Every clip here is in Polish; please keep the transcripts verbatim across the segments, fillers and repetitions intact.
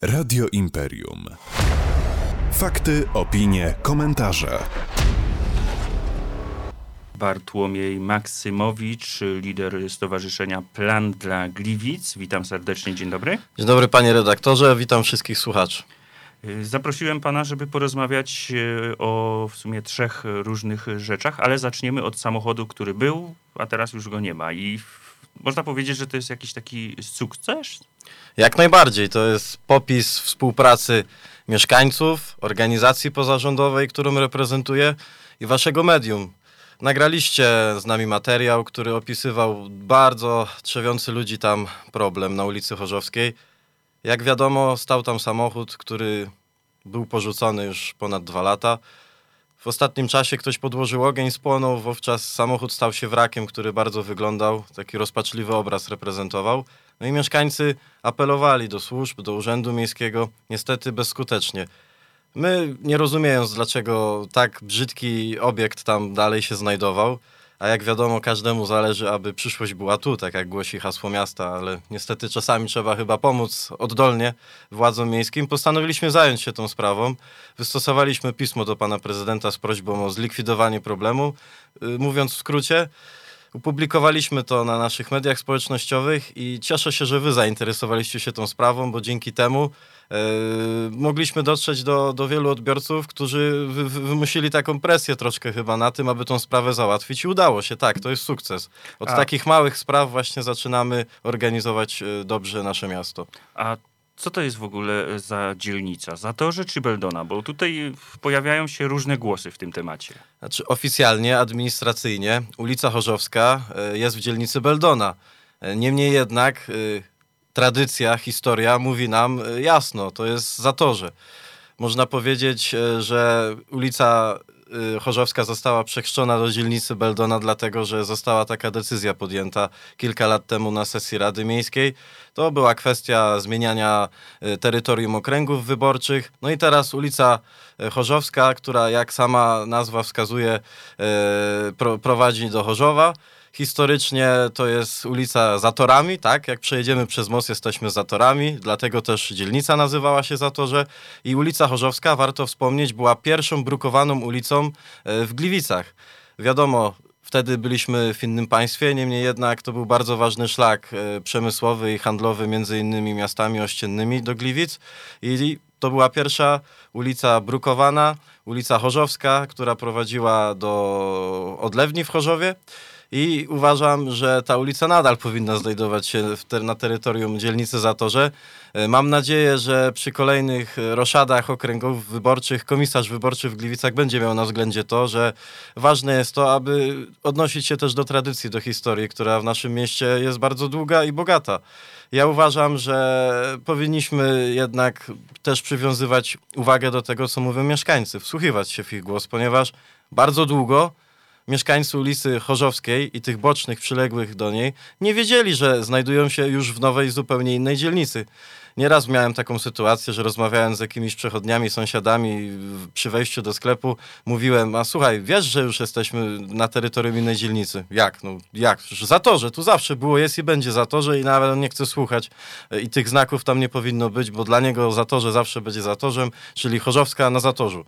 Radio Imperium. Fakty, opinie, komentarze. Bartłomiej Maksymowicz, lider Stowarzyszenia Plan dla Gliwic. Witam serdecznie, dzień dobry. Dzień dobry panie redaktorze, witam wszystkich słuchaczy. Zaprosiłem pana, żeby porozmawiać o w sumie trzech różnych rzeczach, ale zaczniemy od samochodu, który był, a teraz już go nie ma. I można powiedzieć, że to jest jakiś taki sukces? Jak najbardziej. To jest popis współpracy mieszkańców, organizacji pozarządowej, którą reprezentuję, i waszego medium. Nagraliście z nami materiał, który opisywał bardzo trzewiący ludzi tam problem na ulicy Chorzowskiej. Jak wiadomo, stał tam samochód, który był porzucony już ponad dwa lata. W ostatnim czasie ktoś podłożył ogień, spłonął, wówczas samochód stał się wrakiem, który bardzo wyglądał, taki rozpaczliwy obraz reprezentował. No i mieszkańcy apelowali do służb, do Urzędu Miejskiego, niestety bezskutecznie. My, nie rozumiejąc, dlaczego tak brzydki obiekt tam dalej się znajdował, a jak wiadomo, każdemu zależy, aby przyszłość była tu, tak jak głosi hasło miasta, ale niestety czasami trzeba chyba pomóc oddolnie władzom miejskim. Postanowiliśmy zająć się tą sprawą. Wystosowaliśmy pismo do pana prezydenta z prośbą o zlikwidowanie problemu. Mówiąc w skrócie, opublikowaliśmy to na naszych mediach społecznościowych i cieszę się, że wy zainteresowaliście się tą sprawą, bo dzięki temu e, mogliśmy dotrzeć do, do wielu odbiorców, którzy wy, wy, wymusili taką presję troszkę chyba na tym, aby tą sprawę załatwić, i udało się. Tak, to jest sukces. Od A... takich małych spraw właśnie zaczynamy organizować e, dobrze nasze miasto. A co to jest w ogóle za dzielnica? Zatorze czy Beldona? Bo tutaj pojawiają się różne głosy w tym temacie. Znaczy oficjalnie, administracyjnie ulica Chorzowska jest w dzielnicy Beldona. Niemniej jednak tradycja, historia mówi nam jasno, to jest Zatorze. Można powiedzieć, że ulica Chorzowska została przechrzczona do dzielnicy Beldona, dlatego że została taka decyzja podjęta kilka lat temu na sesji Rady Miejskiej. To była kwestia zmieniania terytorium okręgów wyborczych. No i teraz ulica Chorzowska, która jak sama nazwa wskazuje, pro, prowadzi do Chorzowa. Historycznie to jest ulica Zatorami, tak? Jak przejedziemy przez most, jesteśmy Zatorami, dlatego też dzielnica nazywała się Zatorze. I ulica Chorzowska, warto wspomnieć, była pierwszą brukowaną ulicą w Gliwicach. Wiadomo, wtedy byliśmy w innym państwie, niemniej jednak to był bardzo ważny szlak przemysłowy i handlowy między innymi miastami ościennymi do Gliwic. I to była pierwsza ulica brukowana, ulica Chorzowska, która prowadziła do odlewni w Chorzowie. I uważam, że ta ulica nadal powinna znajdować się w te, na terytorium dzielnicy Zatorze. Mam nadzieję, że przy kolejnych roszadach okręgów wyborczych komisarz wyborczy w Gliwicach będzie miał na względzie to, że ważne jest to, aby odnosić się też do tradycji, do historii, która w naszym mieście jest bardzo długa i bogata. Ja uważam, że powinniśmy jednak też przywiązywać uwagę do tego, co mówią mieszkańcy, wsłuchiwać się w ich głos, ponieważ bardzo długo mieszkańcy ulicy Chorzowskiej i tych bocznych przyległych do niej nie wiedzieli, że znajdują się już w nowej, zupełnie innej dzielnicy. Nieraz miałem taką sytuację, że rozmawiając z jakimiś przechodniami, sąsiadami przy wejściu do sklepu, mówiłem: a słuchaj, wiesz, że już jesteśmy na terytorium innej dzielnicy? Jak? No jak? Przecież Zatorze, tu zawsze było, jest i będzie Zatorze, i nawet on nie chce słuchać. I tych znaków tam nie powinno być, bo dla niego Zatorze zawsze będzie Zatorzem, czyli Chorzowska na Zatorzu.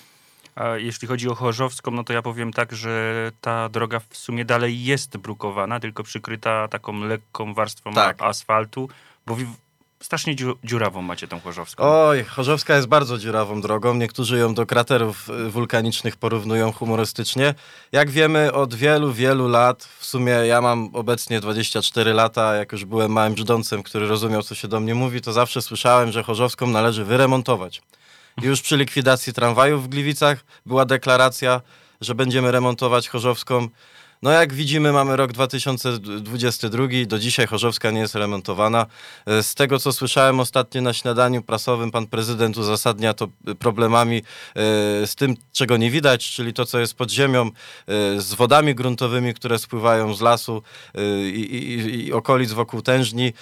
A jeśli chodzi o Chorzowską, no to ja powiem tak, że ta droga w sumie dalej jest brukowana, tylko przykryta taką lekką warstwą tak. asfaltu, bo strasznie dziurawą macie tą Chorzowską. Oj, Chorzowska jest bardzo dziurawą drogą. Niektórzy ją do kraterów wulkanicznych porównują humorystycznie. Jak wiemy, od wielu, wielu lat, w sumie ja mam obecnie dwadzieścia cztery lata, jak już byłem małym brzdącem, który rozumiał, co się do mnie mówi, to zawsze słyszałem, że Chorzowską należy wyremontować. Już przy likwidacji tramwajów w Gliwicach była deklaracja, że będziemy remontować Chorzowską. No jak widzimy, mamy rok dwa tysiące dwudziesty drugi, do dzisiaj Chorzowska nie jest remontowana. Z tego, co słyszałem ostatnio na śniadaniu prasowym, pan prezydent uzasadnia to problemami z tym, czego nie widać, czyli to, co jest pod ziemią, z wodami gruntowymi, które spływają z lasu i, i, i okolic wokół Tężni.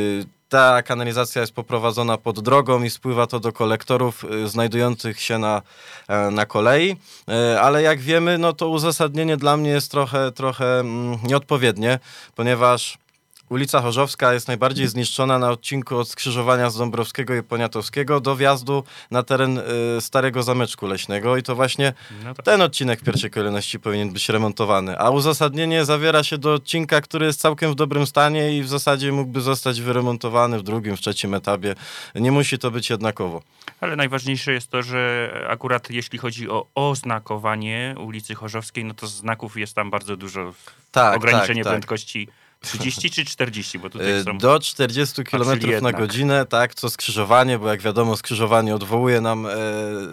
Ta kanalizacja jest poprowadzona pod drogą i spływa to do kolektorów y, znajdujących się na, e, na kolei, e, ale jak wiemy, no to uzasadnienie dla mnie jest trochę, trochę mm, nieodpowiednie, ponieważ ulica Chorzowska jest najbardziej zniszczona na odcinku od skrzyżowania z Dąbrowskiego i Poniatowskiego do wjazdu na teren y, Starego Zameczku Leśnego i to właśnie No tak. ten odcinek w pierwszej kolejności powinien być remontowany. A uzasadnienie zawiera się do odcinka, który jest całkiem w dobrym stanie i w zasadzie mógłby zostać wyremontowany w drugim, w trzecim etapie. Nie musi to być jednakowo. Ale najważniejsze jest to, że akurat jeśli chodzi o oznakowanie ulicy Chorzowskiej, no to znaków jest tam bardzo dużo. Tak, Ograniczenie tak, tak. prędkości trzydzieści czy czterdzieści, bo tutaj Y, są... Do czterdziestu kilometrów na jednak. godzinę, tak, co skrzyżowanie, bo jak wiadomo skrzyżowanie odwołuje nam e, e, e,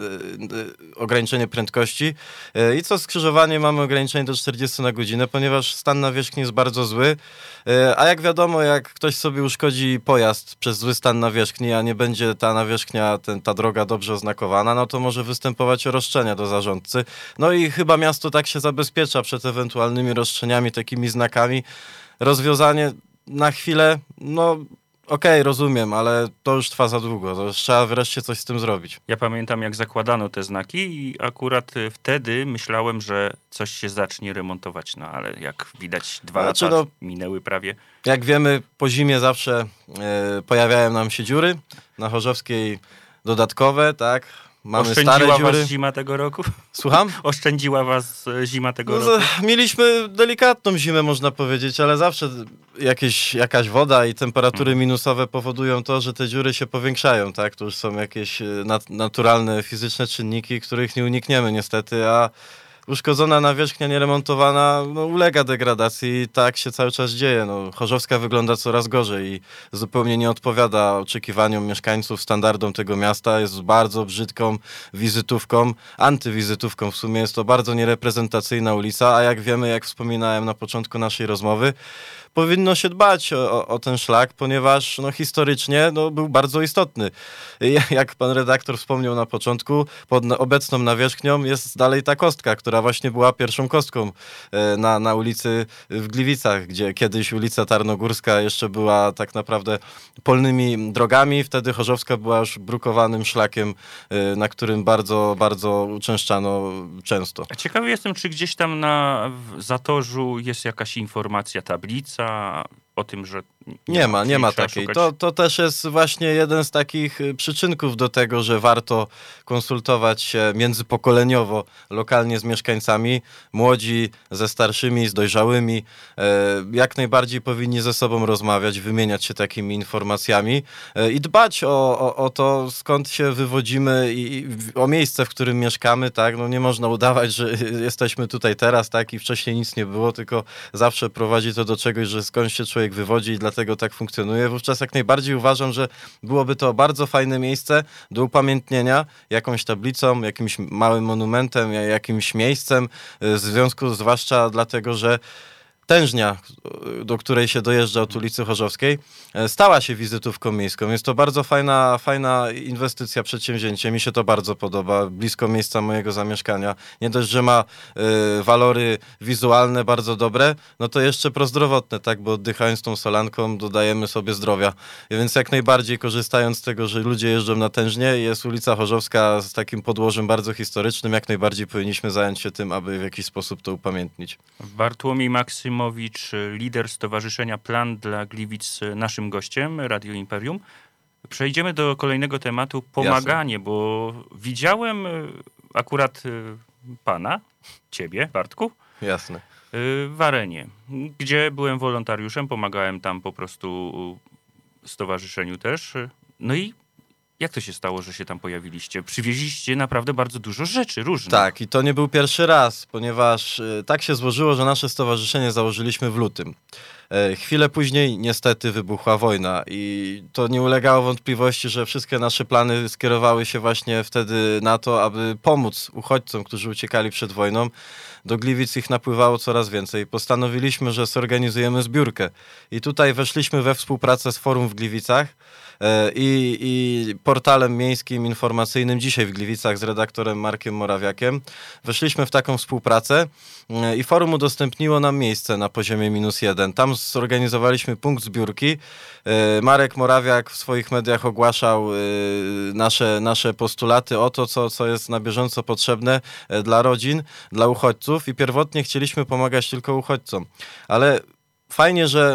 ograniczenie prędkości e, i co skrzyżowanie mamy ograniczenie do czterdziestu na godzinę, ponieważ stan nawierzchni jest bardzo zły, e, a jak wiadomo, jak ktoś sobie uszkodzi pojazd przez zły stan nawierzchni, a nie będzie ta nawierzchnia, ten, ta droga dobrze oznakowana, no to może występować roszczenia do zarządcy. No i chyba miasto tak się zabezpiecza przed ewentualnymi roszczeniami, takimi znakami. Rozwiązanie na chwilę, no okej, rozumiem, ale to już trwa za długo. To już trzeba wreszcie coś z tym zrobić. Ja pamiętam, jak zakładano te znaki i akurat y, wtedy myślałem, że coś się zacznie remontować, no ale jak widać dwa Znaczy, lata no- minęły prawie. Jak wiemy, po zimie zawsze e, pojawiają nam się dziury. Na Chorzowskiej dodatkowe, tak? Mamy stare Oszczędziła dziury. was zima tego roku? Słucham? Oszczędziła was y, zima tego No, roku? za- mieliśmy delikatną zimę, można powiedzieć, ale zawsze jakieś, jakaś woda i temperatury minusowe powodują to, że te dziury się powiększają, tak? To już są jakieś e, nat- naturalne, fizyczne czynniki, których nie unikniemy niestety, a uszkodzona nawierzchnia nieremontowana no, ulega degradacji i tak się cały czas dzieje. No, Chorzowska wygląda coraz gorzej i zupełnie nie odpowiada oczekiwaniom mieszkańców, standardom tego miasta. Jest bardzo brzydką wizytówką, antywizytówką. W sumie jest to bardzo niereprezentacyjna ulica, a jak wiemy, jak wspominałem na początku naszej rozmowy, powinno się dbać o, o, o ten szlak, ponieważ no, historycznie no, był bardzo istotny. I jak pan redaktor wspomniał na początku, pod na- obecną nawierzchnią jest dalej ta kostka, która właśnie była pierwszą kostką e, na, na ulicy w Gliwicach, gdzie kiedyś ulica Tarnogórska jeszcze była tak naprawdę polnymi drogami. Wtedy Chorzowska była już brukowanym szlakiem, e, na którym bardzo, bardzo uczęszczano często. A ciekawy jestem, czy gdzieś tam na w zatorzu jest jakaś informacja, tablica o tym, że... Nie ma, czyli nie ma trzeba takiej. szukać- To, to też jest właśnie jeden z takich y, przyczynków do tego, że warto konsultować się międzypokoleniowo, lokalnie z mieszkańcami. Młodzi ze starszymi, z dojrzałymi. E, jak najbardziej powinni ze sobą rozmawiać, wymieniać się takimi informacjami e, i dbać o, o, o to, skąd się wywodzimy i i w- o miejsce, w którym mieszkamy. Tak? No, nie można udawać, że jesteśmy tutaj teraz, tak, i wcześniej nic nie było, tylko zawsze prowadzi to do czegoś, że skąd się człowiek wywodzi i dlatego tak funkcjonuje. Wówczas jak najbardziej uważam, że byłoby to bardzo fajne miejsce do upamiętnienia jakąś tablicą, jakimś małym monumentem, ja- jakimś miejscem, y, w związku zwłaszcza dlatego, że Tężnia, do której się dojeżdża od ulicy Chorzowskiej, e, stała się wizytówką miejską. Jest to bardzo fajna, fajna inwestycja, przedsięwzięcie. Mi się to bardzo podoba. Blisko miejsca mojego zamieszkania. Nie dość, że ma e, walory wizualne bardzo dobre, no to jeszcze prozdrowotne, tak? Bo oddychając tą solanką dodajemy sobie zdrowia. Więc jak najbardziej korzystając z tego, że ludzie jeżdżą na Tężnie, jest ulica Chorzowska z takim podłożem bardzo historycznym, jak najbardziej powinniśmy zająć się tym, aby w jakiś sposób to upamiętnić. Bartłomiej Maksymowicz, lider Stowarzyszenia Plan dla Gliwic, naszym gościem, Radio Imperium. Przejdziemy do kolejnego tematu, pomaganie, bo widziałem y, akurat y, pana, ciebie, Bartku, Jasne. y, w Arenie, gdzie byłem wolontariuszem, pomagałem tam po prostu stowarzyszeniu też. No i jak to się stało, że się tam pojawiliście? Przywieźliście naprawdę bardzo dużo rzeczy różnych. Tak, i to nie był pierwszy raz, ponieważ y, tak się złożyło, że nasze stowarzyszenie założyliśmy w lutym. E, chwilę później niestety wybuchła wojna i to nie ulegało wątpliwości, że wszystkie nasze plany skierowały się właśnie wtedy na to, aby pomóc uchodźcom, którzy uciekali przed wojną. Do Gliwic ich napływało coraz więcej. Postanowiliśmy, że zorganizujemy zbiórkę i tutaj weszliśmy we współpracę z Forum w Gliwicach e, i, i portalem miejskim informacyjnym dzisiaj w Gliwicach z redaktorem Markiem Morawiakiem. Weszliśmy w taką współpracę e, i Forum udostępniło nam miejsce na poziomie minus jeden. Tam zorganizowaliśmy punkt zbiórki. E, Marek Morawiak w swoich mediach ogłaszał e, nasze, nasze postulaty o to, co, co jest na bieżąco potrzebne e, dla rodzin, dla uchodźców i pierwotnie chcieliśmy pomagać tylko uchodźcom. Ale fajnie, że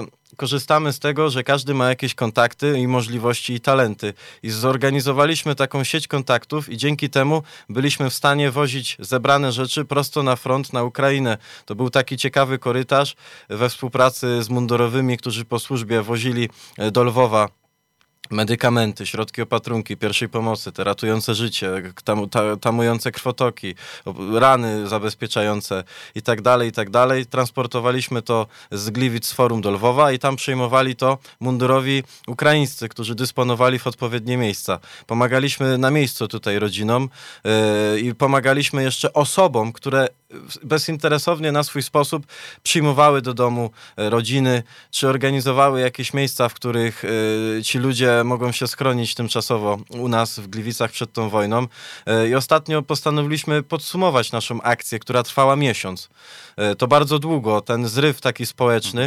korzystamy z tego, że każdy ma jakieś kontakty i możliwości i talenty. I zorganizowaliśmy taką sieć kontaktów i dzięki temu byliśmy w stanie wozić zebrane rzeczy prosto na front, na Ukrainę. To był taki ciekawy korytarz we współpracy z mundurowymi, którzy po służbie wozili do Lwowa medykamenty, środki opatrunki, pierwszej pomocy, te ratujące życie, tam, ta, tamujące krwotoki, rany zabezpieczające i tak dalej, i tak dalej. Transportowaliśmy to z Gliwic z Forum do Lwowa i tam przyjmowali to mundurowi ukraińscy, którzy dysponowali w odpowiednie miejsca. Pomagaliśmy na miejscu tutaj rodzinom yy, i pomagaliśmy jeszcze osobom, które bezinteresownie na swój sposób przyjmowały do domu rodziny, czy organizowały jakieś miejsca, w których y, ci ludzie mogą się schronić tymczasowo u nas w Gliwicach przed tą wojną. Y, I ostatnio postanowiliśmy podsumować naszą akcję, która trwała miesiąc. Y, to bardzo długo, ten zryw taki społeczny.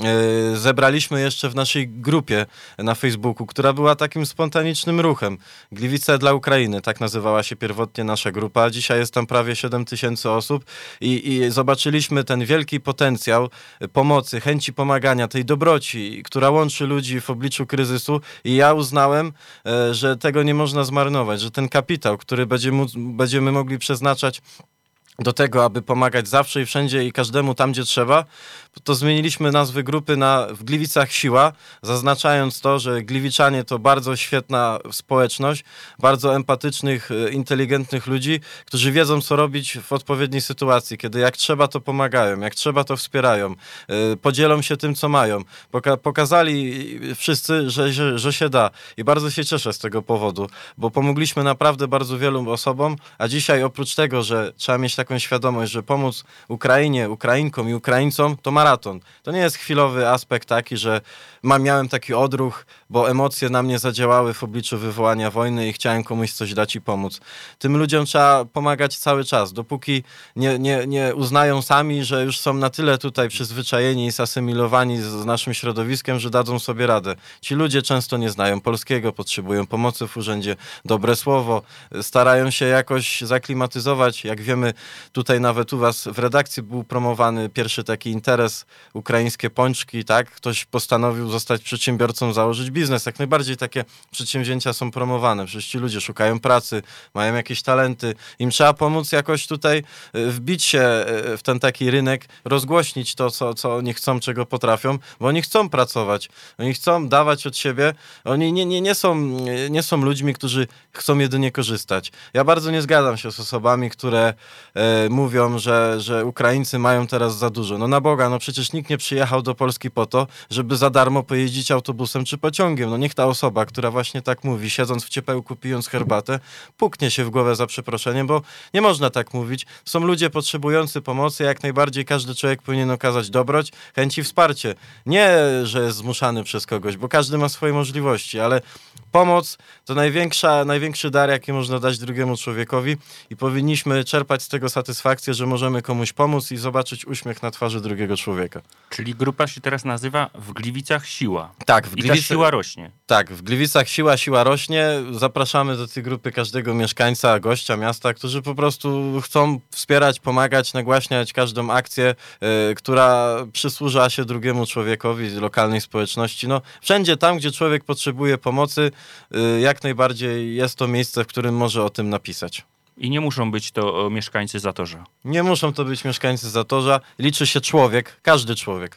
Y, zebraliśmy jeszcze w naszej grupie na Facebooku, która była takim spontanicznym ruchem. Gliwice dla Ukrainy, tak nazywała się pierwotnie nasza grupa. Dzisiaj jest tam prawie siedem tysięcy osób. I, I zobaczyliśmy ten wielki potencjał pomocy, chęci pomagania, tej dobroci, która łączy ludzi w obliczu kryzysu i ja uznałem, że tego nie można zmarnować, że ten kapitał, który będzie móc, będziemy mogli przeznaczać do tego, aby pomagać zawsze i wszędzie i każdemu tam, gdzie trzeba, to zmieniliśmy nazwy grupy na w Gliwicach Siła, zaznaczając to, że Gliwiczanie to bardzo świetna społeczność, bardzo empatycznych, inteligentnych ludzi, którzy wiedzą, co robić w odpowiedniej sytuacji, kiedy jak trzeba, to pomagają, jak trzeba, to wspierają, podzielą się tym, co mają. Poka- pokazali wszyscy, że, że, że się da i bardzo się cieszę z tego powodu, bo pomogliśmy naprawdę bardzo wielu osobom, a dzisiaj oprócz tego, że trzeba mieć taką świadomość, że pomóc Ukrainie, Ukrainkom i Ukraińcom to maraton. To nie jest chwilowy aspekt taki, że ma, miałem taki odruch, bo emocje na mnie zadziałały w obliczu wywołania wojny i chciałem komuś coś dać i pomóc. Tym ludziom trzeba pomagać cały czas, dopóki nie, nie, nie uznają sami, że już są na tyle tutaj przyzwyczajeni i zasymilowani z, z naszym środowiskiem, że dadzą sobie radę. Ci ludzie często nie znają polskiego, potrzebują pomocy w urzędzie, dobre słowo, starają się jakoś zaklimatyzować. Jak wiemy, tutaj nawet u was w redakcji był promowany pierwszy taki interes, ukraińskie pączki, tak? Ktoś postanowił zostać przedsiębiorcą, założyć biznes. Jak najbardziej takie przedsięwzięcia są promowane. Przecież ci ludzie szukają pracy, mają jakieś talenty. Im trzeba pomóc jakoś tutaj wbić się w ten taki rynek, rozgłośnić to, co, co oni chcą, czego potrafią, bo oni chcą pracować. Oni chcą dawać od siebie. Oni nie, nie, nie, są, nie są ludźmi, którzy chcą jedynie korzystać. Ja bardzo nie zgadzam się z osobami, które e, mówią, że, że Ukraińcy mają teraz za dużo. No na Boga, no przecież nikt nie przyjechał do Polski po to, żeby za darmo pojeździć autobusem czy pociągiem. No niech ta osoba, która właśnie tak mówi, siedząc w ciepełku, pijąc herbatę, puknie się w głowę za przeproszeniem, bo nie można tak mówić. Są ludzie potrzebujący pomocy, jak najbardziej każdy człowiek powinien okazać dobroć, chęć i wsparcie. Nie, że jest zmuszany przez kogoś, bo każdy ma swoje możliwości, ale pomoc to największa, największy dar, jaki można dać drugiemu człowiekowi i powinniśmy czerpać z tego satysfakcję, że możemy komuś pomóc i zobaczyć uśmiech na twarzy drugiego człowieka. Czyli grupa się teraz nazywa W Gliwicach Siła. Tak, w I Gliwic... ta siła rośnie. Tak, w Gliwicach Siła, siła rośnie. Zapraszamy do tej grupy każdego mieszkańca, gościa miasta, którzy po prostu chcą wspierać, pomagać, nagłaśniać każdą akcję, yy, która przysłuża się drugiemu człowiekowi z lokalnej społeczności. No, wszędzie tam, gdzie człowiek potrzebuje pomocy, yy, jak najbardziej jest to miejsce, w którym może o tym napisać. I nie muszą być to mieszkańcy Zatorza. Nie muszą to być mieszkańcy Zatorza. Liczy się człowiek, każdy człowiek.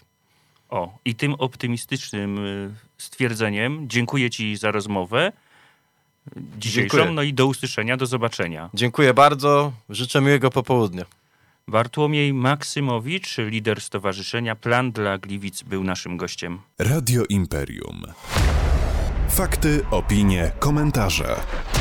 O, i tym optymistycznym stwierdzeniem dziękuję ci za rozmowę dzisiejszą, Dziękuję. no i do usłyszenia, do zobaczenia. Dziękuję bardzo, życzę miłego popołudnia. Bartłomiej Maksymowicz, lider stowarzyszenia Plan dla Gliwic, był naszym gościem. Radio Imperium. Fakty, opinie, komentarze.